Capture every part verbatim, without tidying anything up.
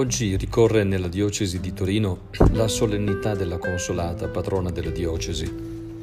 Oggi ricorre nella diocesi di Torino la solennità della Consolata, patrona della diocesi.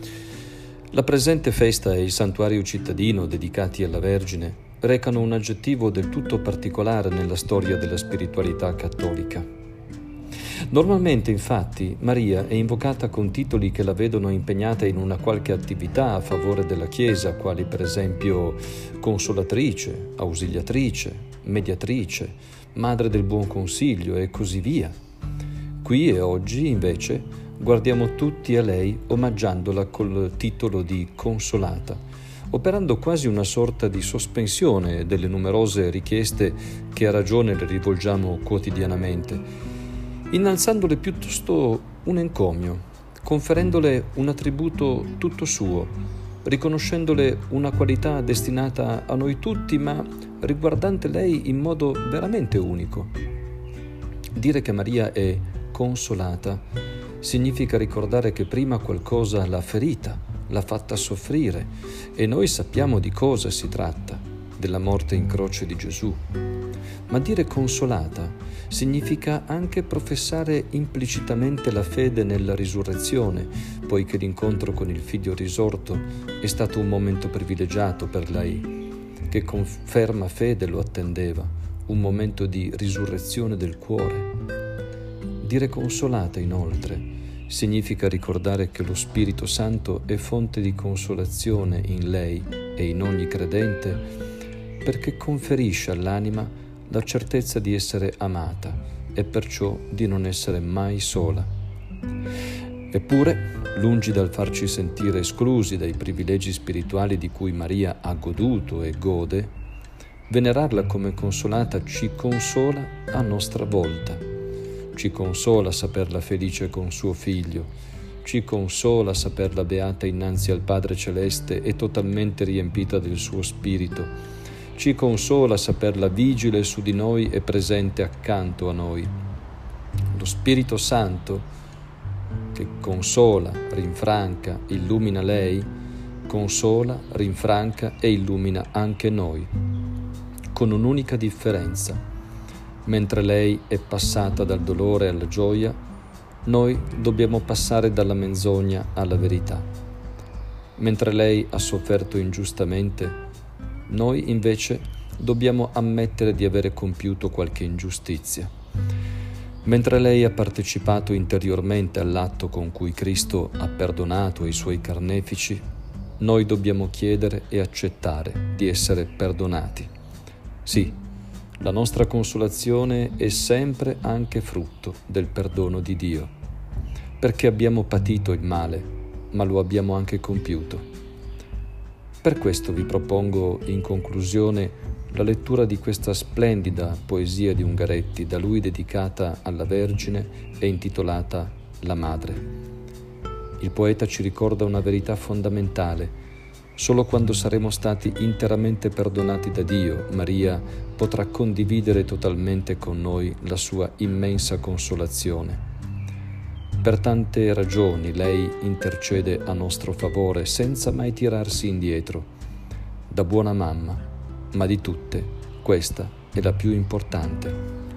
La presente festa e il santuario cittadino dedicati alla Vergine recano un aggettivo del tutto particolare nella storia della spiritualità cattolica. Normalmente, infatti, Maria è invocata con titoli che la vedono impegnata in una qualche attività a favore della Chiesa, quali per esempio consolatrice, ausiliatrice, mediatrice, madre del buon consiglio e così via. Qui e oggi, invece, guardiamo tutti a lei omaggiandola col titolo di Consolata, operando quasi una sorta di sospensione delle numerose richieste che a ragione le rivolgiamo quotidianamente, innalzandole piuttosto un encomio, conferendole un attributo tutto suo, riconoscendole una qualità destinata a noi tutti, ma riguardante lei in modo veramente unico. Dire che Maria è consolata significa ricordare che prima qualcosa l'ha ferita, l'ha fatta soffrire, e noi sappiamo di cosa si tratta, della morte in croce di Gesù. Ma dire consolata significa anche professare implicitamente la fede nella risurrezione, poiché l'incontro con il Figlio risorto è stato un momento privilegiato per lei, che con ferma fede lo attendeva, un momento di risurrezione del cuore. Dire consolata, inoltre, significa ricordare che lo Spirito Santo è fonte di consolazione in lei e in ogni credente, perché conferisce all'anima la certezza di essere amata e perciò di non essere mai sola. Eppure, lungi dal farci sentire esclusi dai privilegi spirituali di cui Maria ha goduto e gode, venerarla come consolata ci consola a nostra volta. Ci consola saperla felice con suo Figlio, ci consola saperla beata innanzi al Padre Celeste e totalmente riempita del suo Spirito, ci consola saperla vigile su di noi e presente accanto a noi. Lo Spirito Santo, che consola, rinfranca, illumina lei, consola, rinfranca e illumina anche noi, con un'unica differenza. Mentre lei è passata dal dolore alla gioia, noi dobbiamo passare dalla menzogna alla verità. Mentre lei ha sofferto ingiustamente, noi invece dobbiamo ammettere di avere compiuto qualche ingiustizia. Mentre lei ha partecipato interiormente all'atto con cui Cristo ha perdonato ai suoi carnefici, noi dobbiamo chiedere e accettare di essere perdonati. Sì, la nostra consolazione è sempre anche frutto del perdono di Dio, perché abbiamo patito il male, ma lo abbiamo anche compiuto. Per questo vi propongo in conclusione la lettura di questa splendida poesia di Ungaretti, da lui dedicata alla Vergine e intitolata La Madre. Il poeta ci ricorda una verità fondamentale. Solo quando saremo stati interamente perdonati da Dio, Maria potrà condividere totalmente con noi la sua immensa consolazione. Per tante ragioni lei intercede a nostro favore senza mai tirarsi indietro. Da buona mamma, ma di tutte, questa è la più importante.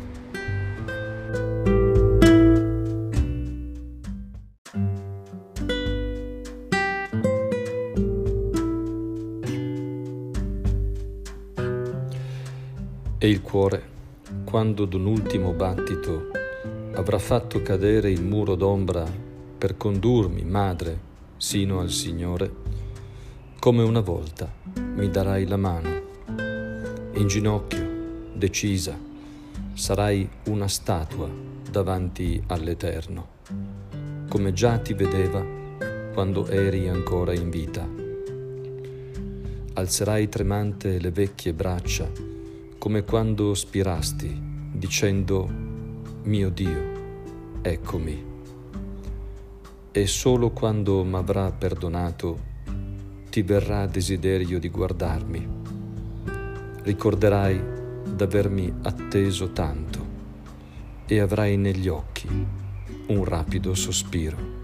E il cuore, quando d'un ultimo battito avrà fatto cadere il muro d'ombra per condurmi, madre, sino al Signore, come una volta mi darai la mano. In ginocchio, decisa, sarai una statua davanti all'Eterno, come già ti vedeva quando eri ancora in vita. Alzerai tremante le vecchie braccia, come quando spirasti, dicendo: mio Dio, eccomi. E solo quando m'avrà perdonato ti verrà desiderio di guardarmi. Ricorderai d'avermi atteso tanto e avrai negli occhi un rapido sospiro.